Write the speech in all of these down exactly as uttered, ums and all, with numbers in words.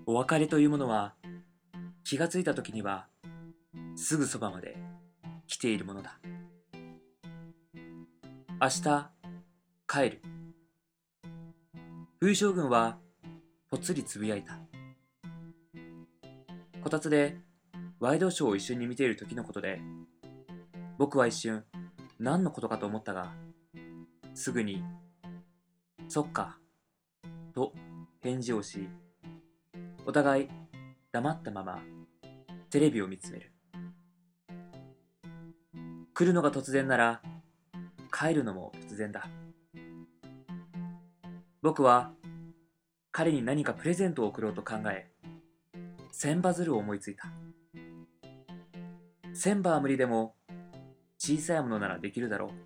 お別れというものは気がついた時にはすぐそばまで来ているものだ。明日帰る。冬将軍はぽつりつぶやいた。こたつでワイドショーを一緒に見ている時のことで、僕は一瞬何のことかと思ったが、すぐにそっかと返事をし、お互い黙ったままテレビを見つめる。来るのが突然なら帰るのも突然だ。僕は彼に何かプレゼントを贈ろうと考え、千羽鶴を思いついた。千羽は無理でも小さいものならできるだろう。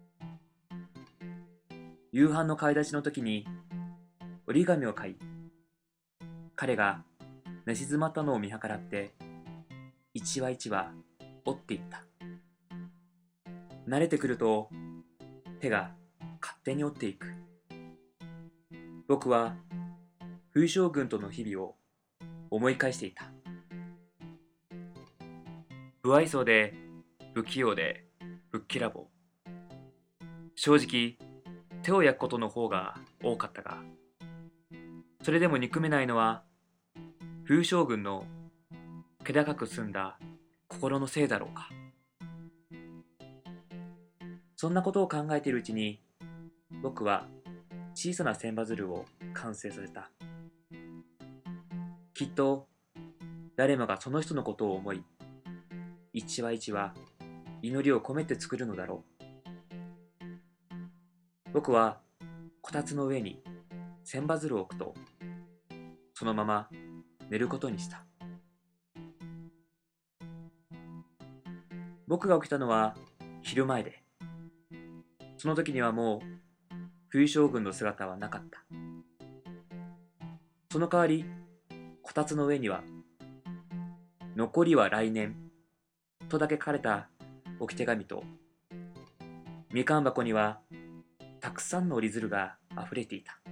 夕飯の買い出しの時に折り紙を買い、彼が寝静まったのを見計らって一羽一羽折っていった。慣れてくると手が勝手に折っていく。僕は冬将軍との日々を思い返していた。不愛想で不器用でぶっきらぼう。正直手を焼くことの方が多かったが、それでも憎めないのは冬将軍の気高く澄んだ心のせいだろうか。そんなことを考えているうちに、僕は小さな千羽鶴を完成させた。きっと誰もがその人のことを思い、一羽一羽祈りを込めて作るのだろう。僕はこたつの上に千羽鶴を置くと、そのまま寝ることにした。僕が起きたのは昼前で、その時にはもう冬将軍の姿はなかった。その代わりこたつの上には残りは来年とだけ書かれた置き手紙と、みかん箱にはたくさんの折り鶴があふれていた。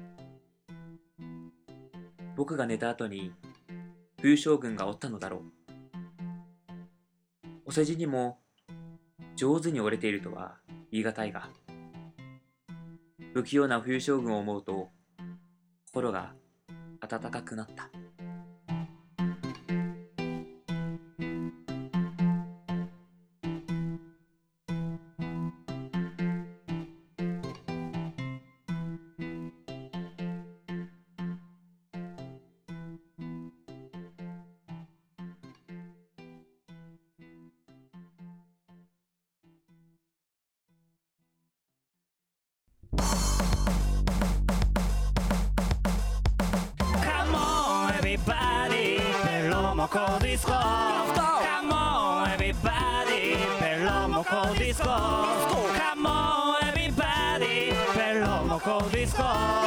僕が寝た後に冬将軍が折ったのだろう。お世辞にも上手に折れているとは言い難いが、不器用な冬将軍を思うと心が温かくなった。 ペロモコディスコ Come on everybody ペロモコディスコ Come on everybody ペロモコディスコ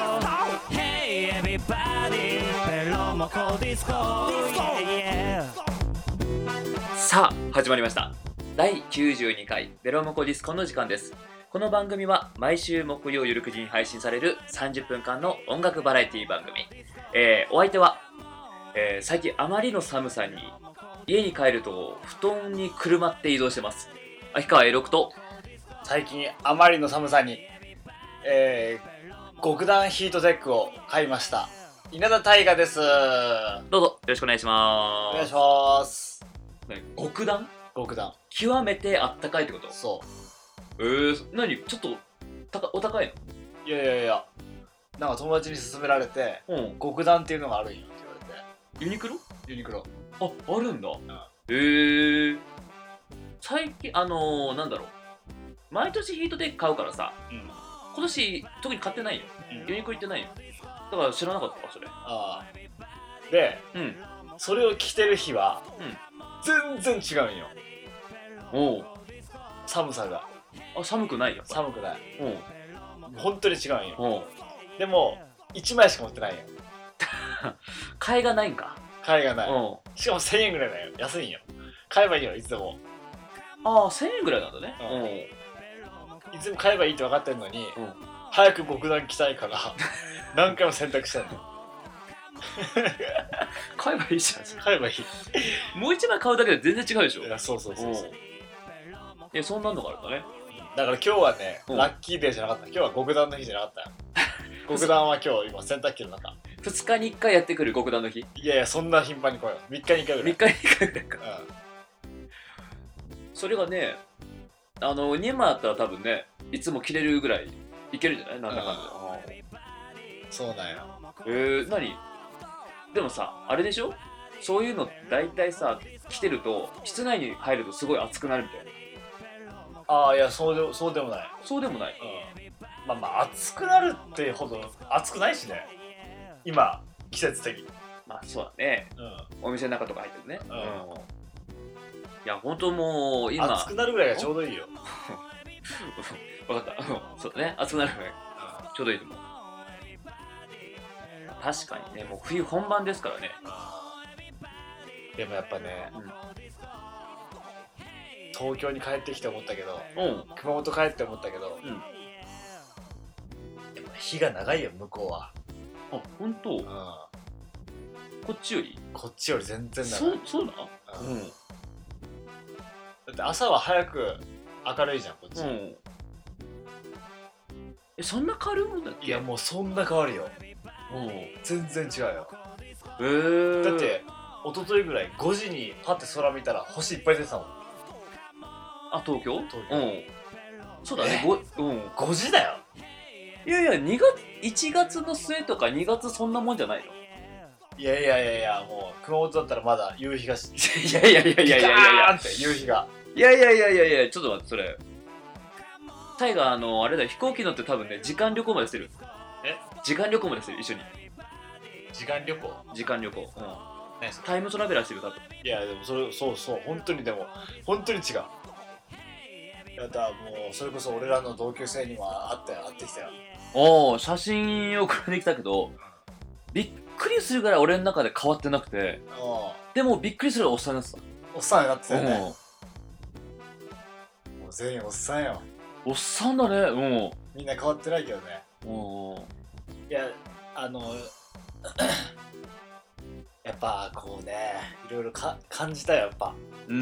Hey everybody ペロモコディスコ Yeah, yeah. さあ始まりました。だいきゅうじゅうにかいベロモコディスコの時間です。この番組は毎週木曜夜くじに配信されるさんじゅっぷんかんの音楽バラエティ番組、えー、お相手は、えー、最近あまりの寒さに家に帰ると布団にくるまって移動してます秋川栄六と、 最近あまりの寒さに、えー、極暖ヒートテックを買いました稲田大我です。 どうぞよろしくお願いします。 お願いします。 極暖極暖極めてあったかいってこと？ そうえー、何ちょっと高お高いの？ いやいやいや、なんか友達に勧められて、うん、極暖っていうのがあるんよって言われて。 ユニクロ？ ユニクロ。 あ、あるんだ。うん、えー、最近あのー、なんだろう、毎年ヒートテック買うからさ、うん、今年特に買ってないよ、うん、ユニクロ行ってないよ。だから知らなかったわそれ。 ああ。で、うん、それを着てる日は、うん、全然違うんよ。 おう。 寒さが。 あ、寒くないよ。 寒くない。 うん。 本当に違うんよ。でもいちまいしか持ってないよ。 買いがないんか。 買いがない。しかもせんえんぐらいだよ。安いんよ。買えばいいよいつでも。 ああ、せんえんぐらいなんだね。 うん。いつでも買えばいいって分かってんのに、うん、早く極暖着たいから何回も選択してんの。 買えばいいじゃん。 買えばいい。 もう一枚買うだけで全然違うでしょ。 いやそうそうそうそう。 え、そんなのがあるんだね。 だから今日はね、 うんラッキーデーじゃなかった。今日は極暖の日じゃなかったよ。極暖は今日今洗濯機の中。 ふつかにいっかいやってくる極暖の日。 いやいやそんな頻繁に来いよ。みっかにいっかいぐらい。 みっかにいっかいぐらいか。 うん。 それがね、あのにまいあったら多分ね、いつも着れるぐらいいけるんじゃない？なんだかんだで。 そうなんよ。 えー、何？でもさ、あれでしょ？そういうの大体さ、着てると室内に入るとすごい暑くなるみたいな。 ああいやそうでそうでもない。 そうでもない。 うん。まあまあ暑くなるってほど暑くないしね。今季節的。 まあそうだね。 うん。 お店の中とか入ってるね。 うんいや本当もう今暑くなるぐらいがちょうどいいよ。 分かった。そうだね。暑くなるぐらいちょうどいいと思う。確かにね、もう冬本番ですからね。 でもやっぱね、 うん、 東京に帰ってきて思ったけど、 うん、 熊本帰って思ったけど、 うん、 やっぱ日が長いよ向こうは。 あ、本当？うん、こっちより？ こっちより全然長い。 そう、そうだ。 うん。 うん。 だって朝は早く明るいじゃんこっち。うん。 え、そんな変わるもんだっけ？ いやもうそんな変わるよ。 うん。 全然違うよ。 へー。 だって一昨日ぐらいごじにパッて空見たら星いっぱい出てたもん。 あ、東京？ 東京。 うん。そうだね。ご、うん。 ごじだよ。 いやいや、にがつ、いちがつの末とかにがつそんなもんじゃないの？ いやいやいやいや、もう熊本だったらまだ夕日がしいやいやいやいやいやいやいやって夕日が。 いやいやいやいやいや、ちょっと待って、それタイがあのあれだよ、飛行機乗って多分ね、時間旅行までしてる。 え？ 時間旅行までしてる、一緒に。 時間旅行？ 時間旅行。うん。 何それ？ タイムトラベラーしてる、多分。 いやでもそれそうそう本当にでも本当に違う。だからもうそれこそ俺らの同級生にも会ったよ会ってきたよ。 おお、写真送られてきたけど、びっくりするぐらい俺の中で変わってなくて、でもびっくりするぐらいおっさんになってた。 おっさんになってたよね。 もう全員おっさんよ。 おっさんだね。うん。 みんな変わってないけどね。 うん。 いやあのやっぱこうねいろいろか感じたよやっぱ。 うん。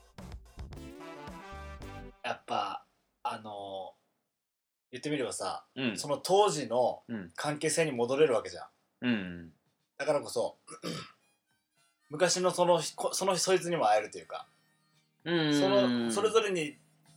やっぱあの言ってみればさ、 うん、 その当時の関係性に戻れるわけじゃん。 うん。 だからこそ昔のそのそのそいつにも会えるというか、 うん、 そのそれぞれに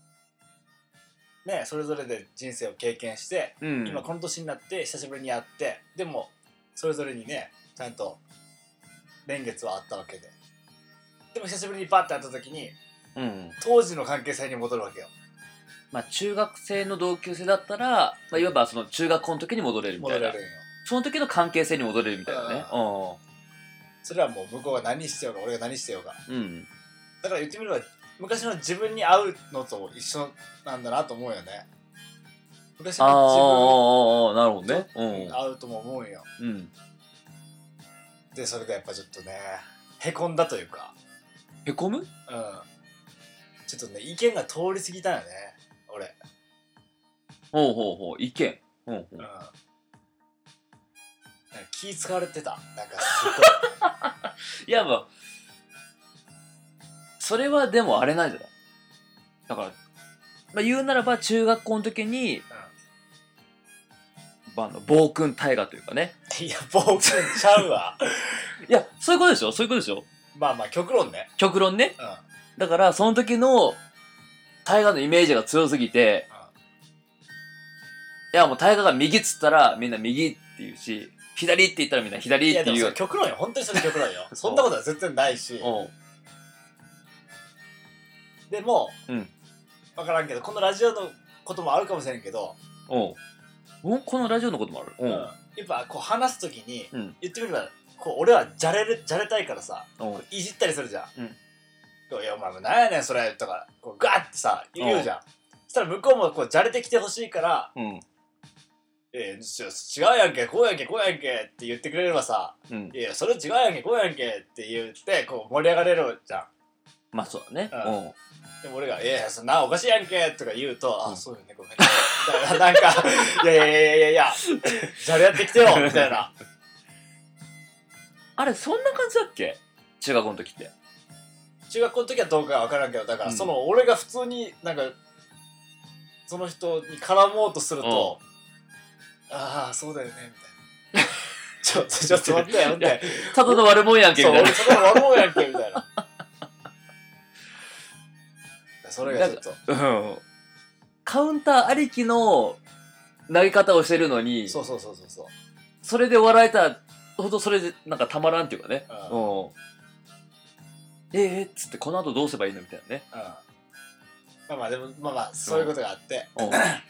ねそれぞれで人生を経験して、うん、今この年になって久しぶりに会って、でもそれぞれにねちゃんと年月はあったわけで、でも久しぶりにパッて会った時に、うん、当時の関係性に戻るわけよ。 まあ中学生の同級生だったら、まあ、いわばその中学校の時に戻れるみたいな。戻れるんよ。その時の関係性に戻れるみたいなね。うん。 それはもう向こうが何してようが俺が何してようが。 うん。 だから言ってみれば昔の自分に会うのと一緒なんだなと思うよね。昔の自分ああなるほどね。 うん。会うとも思うよ。 うん。 でそれがやっぱちょっとねへこんだというか。 へこむ？うん。 ちょっとね意見が通り過ぎたよね。俺。 ほうほうほう意見。ほうほう。うん。 気使われてた。なんかすごい。いやまあそれはでもあれなんじゃない？だから、まあ、言うならば中学校の時に、うん、まあ、の暴君大河というかね。 いや暴君ちゃうわ。 いやそういうことでしょそういうことでしょ。 まあまあ極論ね。 極論ね。 うん。 だからその時の大河のイメージが強すぎて、うん、いやもう大河が右っつったらみんな右って言うし、左って言ったらみんな左って言う。いやでもそれ極論よ。本当にそれ極論よ。そんなことは絶対ないし。でも、うん、分からんけどこのラジオのこともあるかもしれんけど、 おうこのラジオのこともある。うん、 やっぱこう話すときに、うん、言ってみればこう俺はじゃれるじゃれたいからさ、いじったりするじゃん。うん、いやお前もなんやねんそれとかこうガッてさ言うじゃん。そしたら向こうもこうじゃれてきてほしいから、うん、えー、違うやんけこうやんけこうやんけって言ってくれればさ、うん、いやそれ違うやんけこうやんけって言ってこう盛り上がれるじゃん。 まあそうだね。うん、 でも俺が「いやいやそんなおかしいやんけ」とか言うと「うん、あそうよねごめんね」みたいななんか「いやいやいやいやいやじゃれやってきてよ」みたいなあれそんな感じだっけ、中学校の時って。 中学校の時はどうかは分からんけど、だからその俺が普通になんかその人に絡もうとすると、ああそうだよねみたいなちょっとちょっと待ってよみたいな、 ただの悪者やんけみたいな、 そう俺ただの悪者やんけみたいなそれがちょっと、うん、 カウンターありきの投げ方をしてるのに、 そうそうそうそうそう、 それで笑えたらほんとそれでなんかたまらんっていうかね、うん、うん、えーっつってこの後どうすればいいのみたいなね、うん、 まあまあでもまあまあそういうことがあって、うん、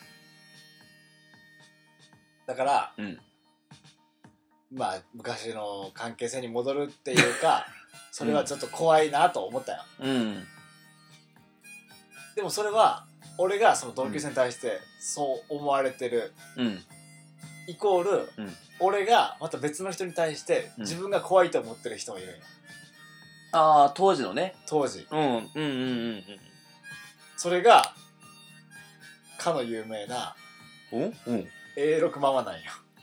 だから、うん、まあ昔の関係性に戻るっていうかそれはちょっと怖いなと思ったよ、うん、でもそれは俺がその同級生に対してそう思われてる、うん、イコール、うん、俺がまた別の人に対して自分が怖いと思ってる人もいるんよ、 うん、ああ当時のね、 当時、 うん、うんうんうんうん、 それがかの有名な、 うん、うん、 エーろく ママなんよ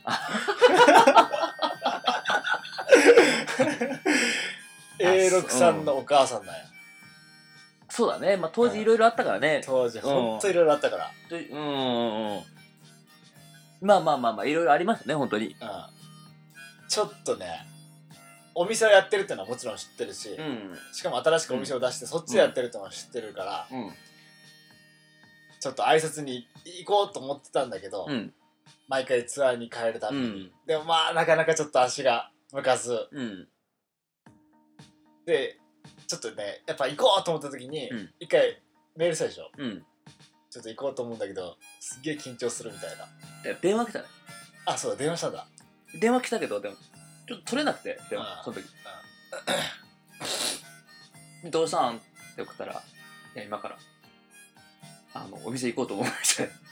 エーろく さんのお母さんなんや。 そうだね、まあ当時いろいろあったからね、 当時ほんといろいろあったから、 うんうんうん、まあまあまあまあいろいろありますね本当に、うん、 ちょっとねお店をやってるってのはもちろん知ってるし、うん、しかも新しくお店を出してそっちでやってるってのは知ってるから、うん、ちょっと挨拶に行こうと思ってたんだけど、うん、毎回ツアーに帰るたびに、うん、でもまあなかなかちょっと足が向かず、うん、でちょっとねやっぱ行こうと思った時に、うん、一回メールしたでしょ、うん、ちょっと行こうと思うんだけどすげえ緊張するみたいな。 いや電話来たね。 あ、そうだ電話したんだ。 電話来たけどでもちょっと取れなくて電話その時どうしたんって送ったら、いや今からあのお店行こうと思いました、うん、い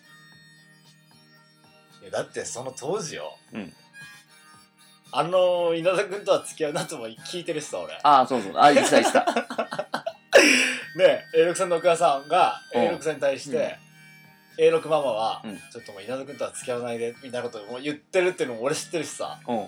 やだってその当時よ、うん、あの稲田君とは付き合うなとも聞いてるしさ俺。 ああそうそう、あ言ってた言ってたねえ エーろく さんのお母さんが エーろく さんに対して、うん、エーろく ママは、うん、ちょっともう稲田君とは付き合わないでみたいなことを言ってるっていうのも俺知ってるしさ、うん、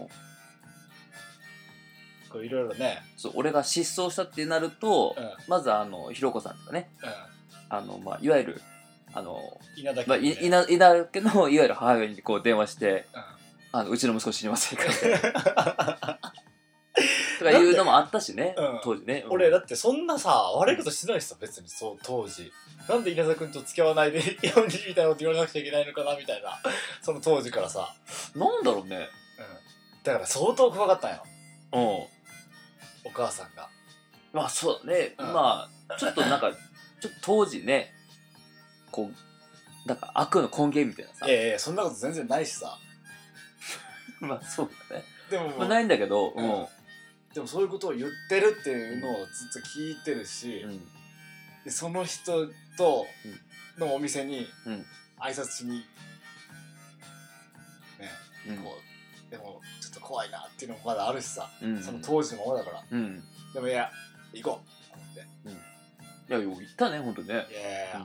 こういろいろね、 そう俺が失踪したってなると、うん、まずあのひろこさんとかね、うん、あのまあいわゆるあの稲田家、ね、まあ、稲田家のいわゆる母親にこう電話して、うん、あのうちの息子知りませんかとかいうのもあったしね、うん、当時ね、 うん、俺だってそんなさ悪いことしてないしさ別にそう当時なんで稲田君と付き合わないでようにみたいなこと言われなくちゃいけないのかなみたいなその当時からさなんだろうね、 うん、だから相当怖かったんよ、うん、お母さんが。 まあそうだね、うん、まあちょっとなんかちょっと当時ねこうだから悪の根源みたいなさ、 いやいやそんなこと全然ないしさまあそうだね、 でも、 まあ、ないんだけど、 うん、でもそういうことを言ってるっていうのをずっと聞いてるし、うん、でその人とのお店に挨拶しにね、うん、こうでもちょっと怖いなっていうのもまだあるしさ、うんうん、その当時のままだから、うん、でもいや行こうと思って、うん、 いやよう行ったねほんとね。いやいや、 うん、い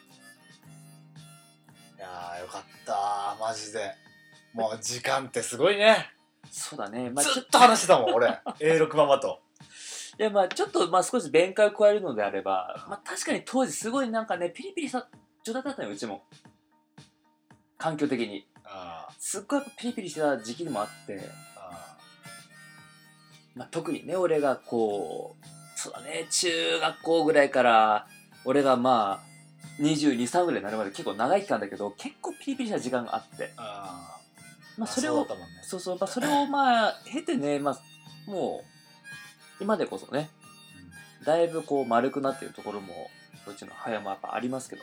やよかったマジで。もう時間ってすごいね。 そうだね、 まあ、ずっと話してたもん俺エーろく ママと。 いやまあちょっとまあ少し弁解を加えるのであれば、まあ、確かに当時すごいなんかねピリピリした状態だったのようちも環境的に。あすっごいピリピリした時期でもあって、あ、まあ、特にね俺がこうそうだね中学校ぐらいから俺がまあにじゅうに、さんぐらいになるまで結構長い期間だけど結構ピリピリした時間があって、あまあそれをそう、ね、そうそう、まあ、それをまあ経てね、まあ、もう今でこそね、うん、だいぶこう丸くなっているところもうちの母もやっぱありますけど、うん、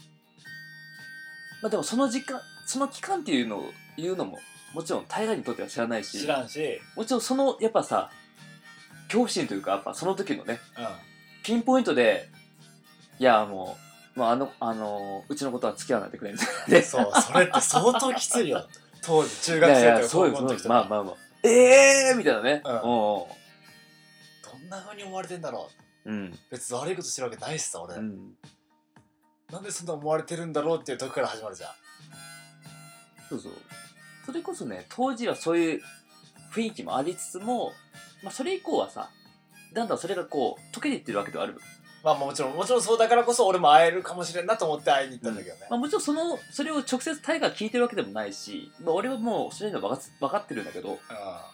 まあでもその時間その期間っていうのを言うのももちろん大河にとっては知らないし知らんしもちろんそのやっぱさ恐怖心というかやっぱその時のね、うん、ピンポイントでいやもう、まあ、あのあのうちのことは付き合わないでくれみたいなね。 そうそれって相当きついよ当時中学生とか高校の時とか。 まあまあまあええーみたいなね、うん、 どんな風に思われてんだろう、うん、別に悪いことしてるわけないしさ俺、うん、なんでそんな思われてるんだろうっていう時から始まるじゃん。 そうそうそれこそね当時はそういう雰囲気もありつつも、まあ、それ以降はさだんだんそれがこう溶けていってるわけではある。 まあもちろんもちろんそうだからこそ俺も会えるかもしれんなと思って会いに行ったんだけどね、 まあ、もちろんそのそれを直接タイガー聞いてるわけでもないし、まあ、俺はもうそれいうのは分か分かってるんだけど、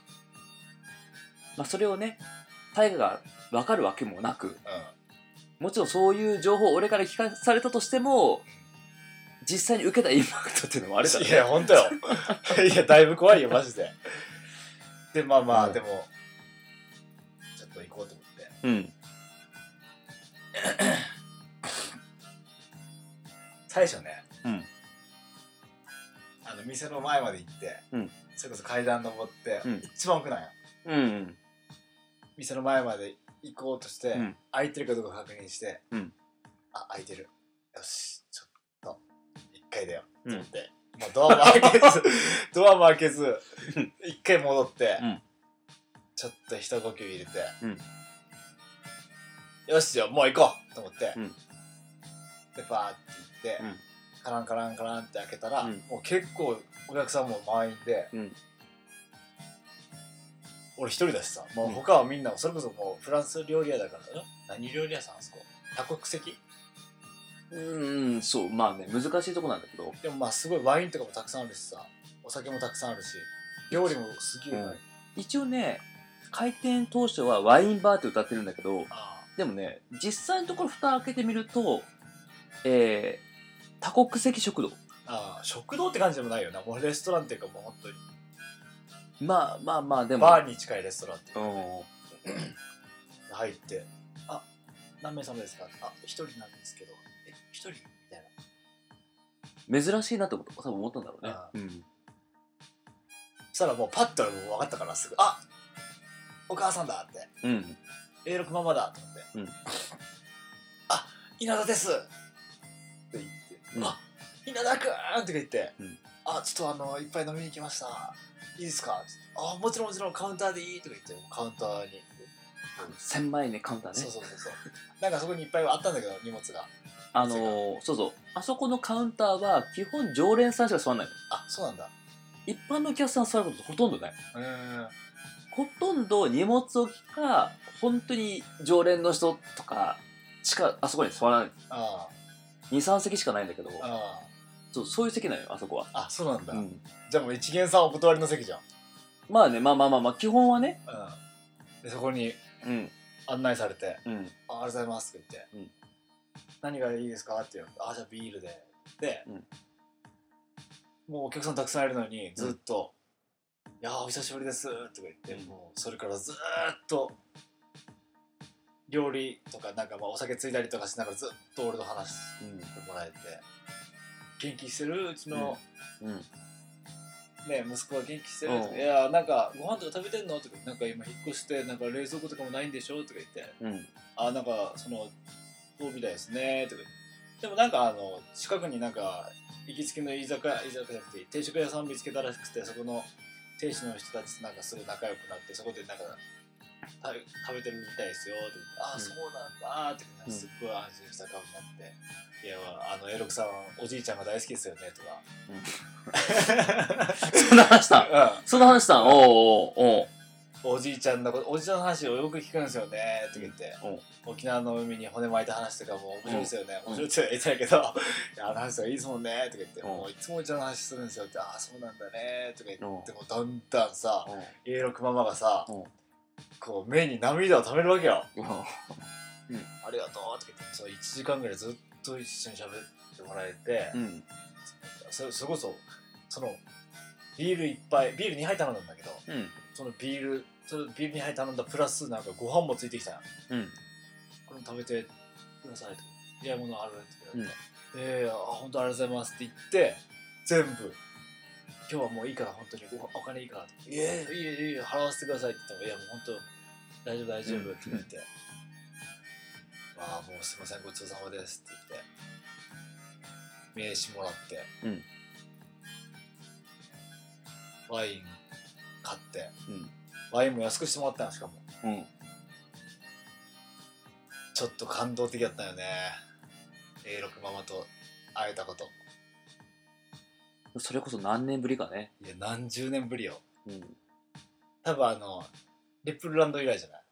まあ、それをねタイガーが分かるわけもなく、 うんうん、 もちろんそういう情報を俺から聞かされたとしても実際に受けたインパクトっていうのもあるから、ね、 いやほんとよいやだいぶ怖いよマジで。でまあまあ、うん、でもちょっと行こうと思って、 うん最初ね、 うん、 あの店の前まで行って、 うん、 それこそ階段登って、 うん、 一番奥なんよ、 うんうん、 店の前まで行こうとして、 うん、 空いてるかどうか確認して、 うん、 あ空いてる、よしちょっと一回だよと思って、 うん、 もうドアも開けずドアも開けず一回戻って、 うん、 ちょっと一呼吸入れて、 うん、 よしよもう行こうと思って、 うん、 でバーって行って、うん、カランカランカランって開けたら、うん、もう結構お客さんも満員で、うん、俺一人だしさ、もう他はみんなそれこそもうフランス料理屋だから、何料理屋さんあそこ多国籍？ うーん、そうまあね難しいとこなんだけど、 でもまあすごいワインとかもたくさんあるしさ、お酒もたくさんあるし料理もすげえ、うん、 一応ね開店当初はワインバーって歌ってるんだけど、 あでもね実際のところ蓋開けてみると、えー、多国籍食堂。 ああ食堂って感じでもないよな、もうレストランっていうかもう本当にまあまあまあでもバーに近いレストランっていうか、 うん、 入ってあ何名様ですか、あ一人なんですけど、え一人みたいな珍しいなと多分思ったんだろうね。 うん、そしたらもうパッともう分かったからすぐあお母さんだって、 うん、 エーろく ママだと思って、うん、あ稲田ですって言って、うん、あ稲田くんって言って、うん、あちょっとあのいっぱい飲みに行きました、いいですかって、あもちろんもちろんカウンターでいいとか言ってカウンターに千万円ねカウンターね、 そうそうそうそうなんかそこにいっぱいあったんだけど荷物があのー、そうそうあそこのカウンターは基本常連さんしか座らないの。 あそうなんだ、 一般のお客さん座ることほとんどない。 うーんほとんど荷物置きか本当に常連の人とかしかあそこに座らない。 あにさん席しかないんだけど、 あそうそういう席なのよあそこは。 あそうなんだ、 うん、 じゃあもう一元さんお断りの席じゃん。 まあねまあまあまあまあ基本はね、 うん、でそこにうん案内されて、 うん、 あありがとうございますって言って、うん、何がいいですかって言うと、あじゃあビールでで、うん、もうお客さんたくさんいるのにずっと、うん、いやーお久しぶりですとか言って、うん、もうそれからずーっと料理とかなんかまあお酒ついだりとかしながらずっと俺と話してもらえて、うん、元気してるうちの、うんうんね、息子は元気してるとか、いやなんかご飯とか食べてんのとか、なんか今引っ越してなんか冷蔵庫とかもないんでしょとか言って、うん、あなんかそのそうみたいですねとか、でもなんかあの近くになんか行きつけの居酒屋居酒屋じゃなくて定食屋さん見つけたらしくて、そこの店主の人たちとなんかすごい仲良くなって、そこでなんか食べてるみたいですよとか言って、ああ、うん、そうなんだってすっごい安心した顔になって、うん、いやあのエロクさんおじいちゃんが大好きですよねとか、 うん、そんな話した、うん、そんな話したん、おうおうおうおじいちゃんのおじいちゃんの話をよく聞くんですよねって言って、うん、沖縄の海に骨巻いた話とかも面白いですよね、うん、面白いって言ってたけど、いやあの話はいいですもんねとか言って、うん、もういつもおじちゃんの話するんですよって、ああそうなんだねとか言って、うん、もだんだんさ、うん、エーろく ママがさ、うん、こう目に涙をためるわけよ、うん、ありがとうって言って、そういちじかんぐらいずっと一緒に喋ってもらえて、うん、それそれこそそのビールいっぱいビールにはい頼んだんだけど、うん、そのビールそのビールにはい頼んだプラスなんかご飯もついてきたよ、うん、これも食べてくださいと、いやものあるって言われて、うん、えー、あ本当ありがとうございますって言って全部今日はもういいから本当に お, お金いいからって、いやいやいやいや払わせてくださいって言っても、いやもう本当大丈夫大丈夫って言って、うん、ああもうすいませんごちそうさまですって言って名刺もらって、うん、ワイン買って、うん、ワインも安くしてもらったよしかも、うん、ちょっと感動的だったよね、エーろく ママと会えたこと。それこそ何年ぶりかね。 いや何十年ぶりよ、うん、 多分あのリップルランド以来じゃない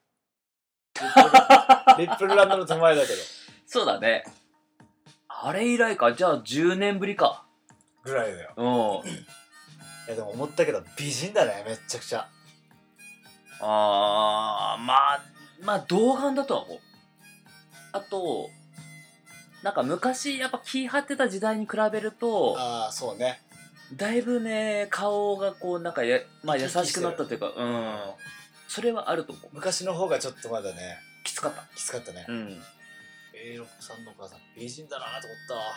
リップルランドの手前だけどそうだね。あれ以来か。じゃあじゅうねんぶりかぐらいだよ。 うん。 いやでも思ったけど美人だね、めっちゃくちゃ。 あー、まあまあ童顔だとは思う。あとなんか昔やっぱ気張ってた時代に比べると、 ああそうね、 だいぶね顔がこうなんかや、まあ、優しくなったというか、うん、それはあると思う。 昔の方がちょっとまだねきつかった。 きつかったね。 うん。 エーろくさんのお母さん美人だなと思ったわ。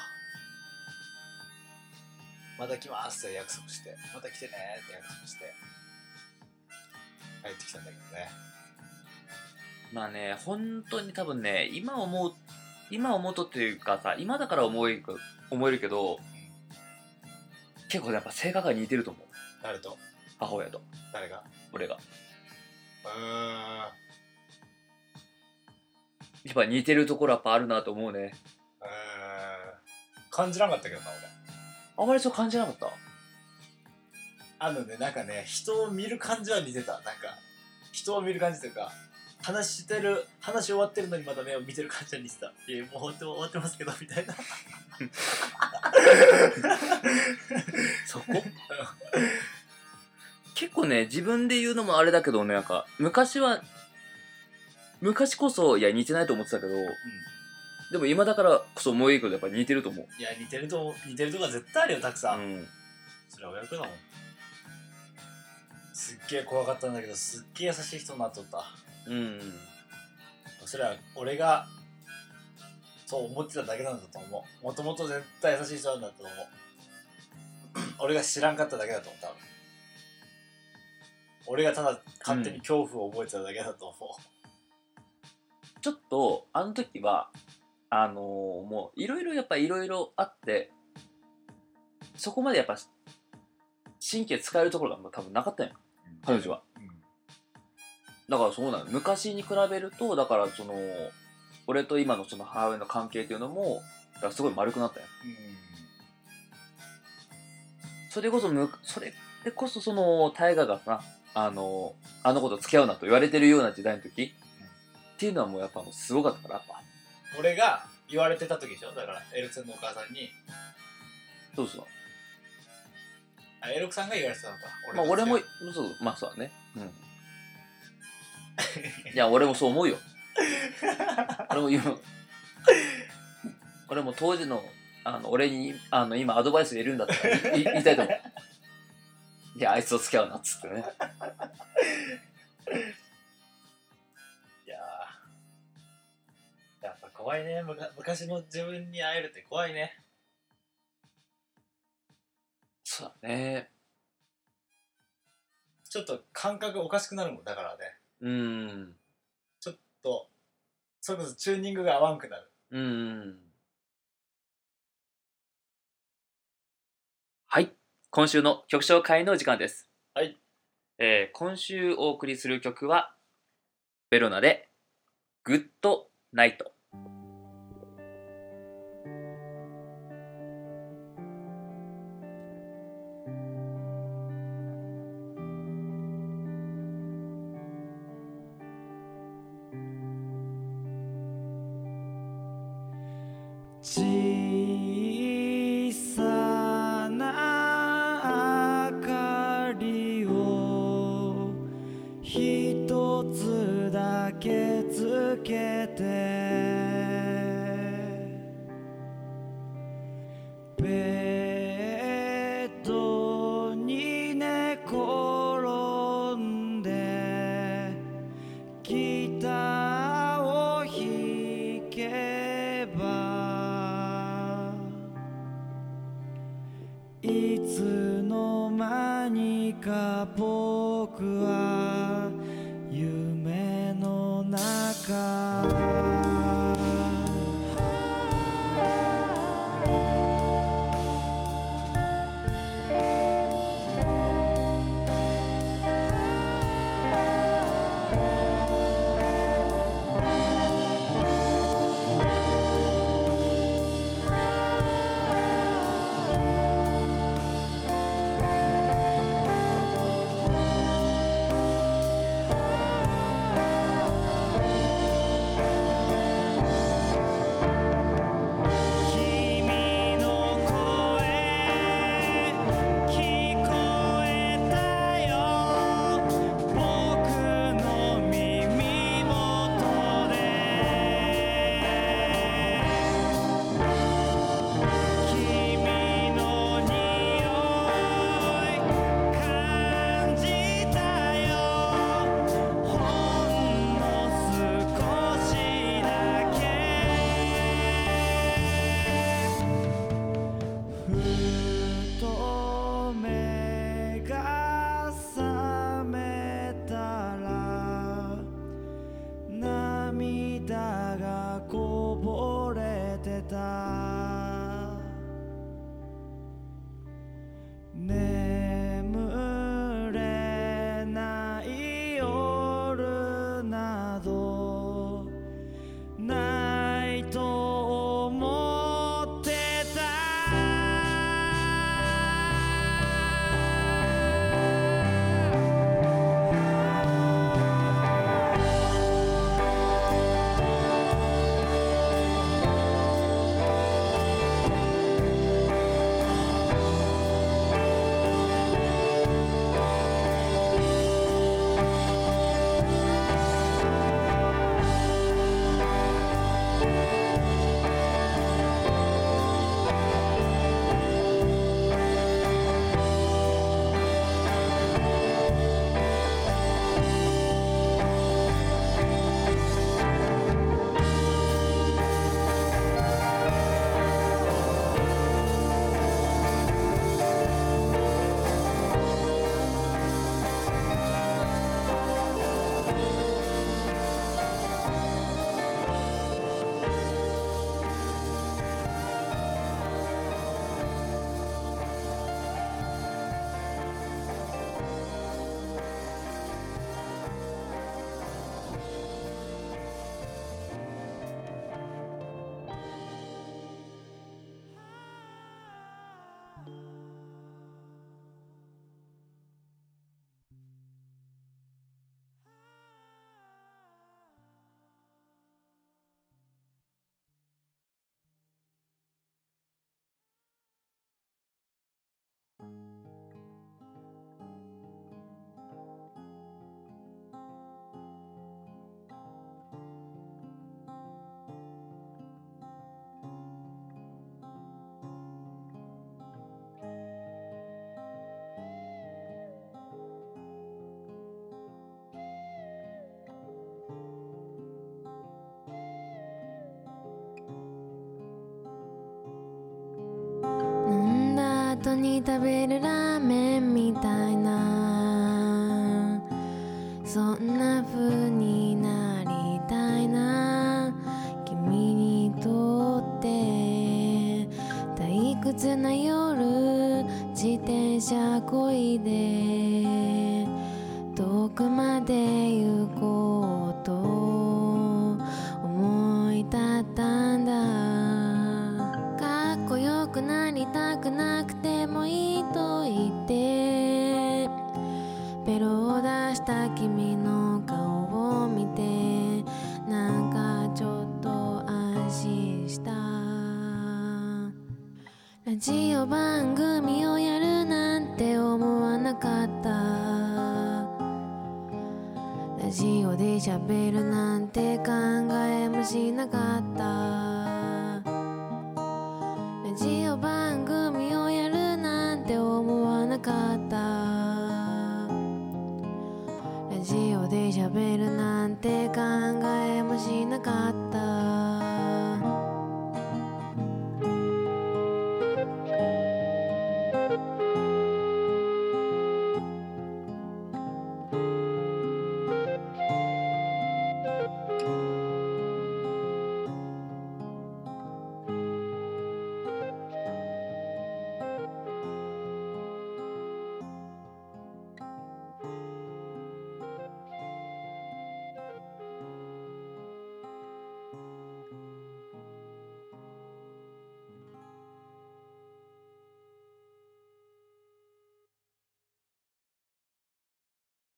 また来ますって約束して、また来てねって約束して帰ってきたんだけどね。 まあね、本当に多分ね、今思う今思うとっていうかさ、今だから思える思えるけど、うん、結構やっぱ性格が似てると思う。 誰と？ 母親と。 誰が？ 俺が。 うーん。 やっぱ似てるところやっぱあるなと思うね。 うーん。感じなかったけどな、俺。 あまりそう感じなかった。 あのね、なんかね、人を見る感じは似てた。なんか、人を見る感じというか、話してる、話終わってるのにまた目を見てる感じは似てた。いや、もう終わって終わってますけど、みたいな。 そこ結構ね、自分で言うのもあれだけどね、なんか、昔は、昔こそ、いや、似てないと思ってたけど、うん、でも今だからこそ思いいけど、やっぱ似てると思う。 いや、似てると、似てるとこは絶対あるよ、たくさん。うん、それは親子だもん。すっげえ怖かったんだけど、すっげえ優しい人になっとった。うん。それは俺がそう思ってただけなんだと思う。もともと絶対優しい人なんだと思う。俺が知らんかっただけだと思う、多分。俺がただ勝手に恐怖を覚えてただけだと思う。 うん、ちょっとあの時はあのー、もういろいろやっぱいろいろあって、そこまでやっぱ神経使えるところが多分なかったんよ、うん、彼女は。だからそうなの。昔に比べると、だからその俺と今のその母親の関係っていうのもだからすごい丸くなったよ。うん、それこそむそれでこそその大河がさ、あのあの子と付き合うなと言われてるような時代の時、うん、っていうのはもうやっぱもうすごかったから、やっぱ俺が言われてた時でしょ。だからエルクさんのお母さんに。そうそう。あ、エルクさんが言われてたのか。 俺まあ俺もそうまあそうだね。うん。いや俺もそう思うよ。俺も言う。俺も当時のあの俺にあの今アドバイス入れるんだったら言い言いたいと思う。いやあいつと付き合うなっつってね。 いややっぱ怖いね。昔の自分に会えるって怖いね。 そうだね。 ちょっと感覚おかしくなるもんだからね。うん。ちょっとそれこそチューニングが合わんくなる。うん。 はい、今週の曲紹介の時間です。 はい。 えー、今週お送りする曲はベロナでグッドナイト。 小さな明かりを一つだけつけてベッドに寝転んでギターを弾けばいつの間にか僕は夢の中後に食べるラーメンみたいな、そんな風になりたいな。君にとって退屈な夜、自転車こいで遠くまで行こうと思い立ったんだ。かっこよくなりたくなくてもいいと言ってベロを出した君の顔を見て、なんかちょっと安心した。ラジオ番組をやるなんて思わなかった。ラジオで喋るなんて考えもしなかった。ラジオ番組をやるなんて思わなかった。ラジオで喋るなんて考えもしなかった。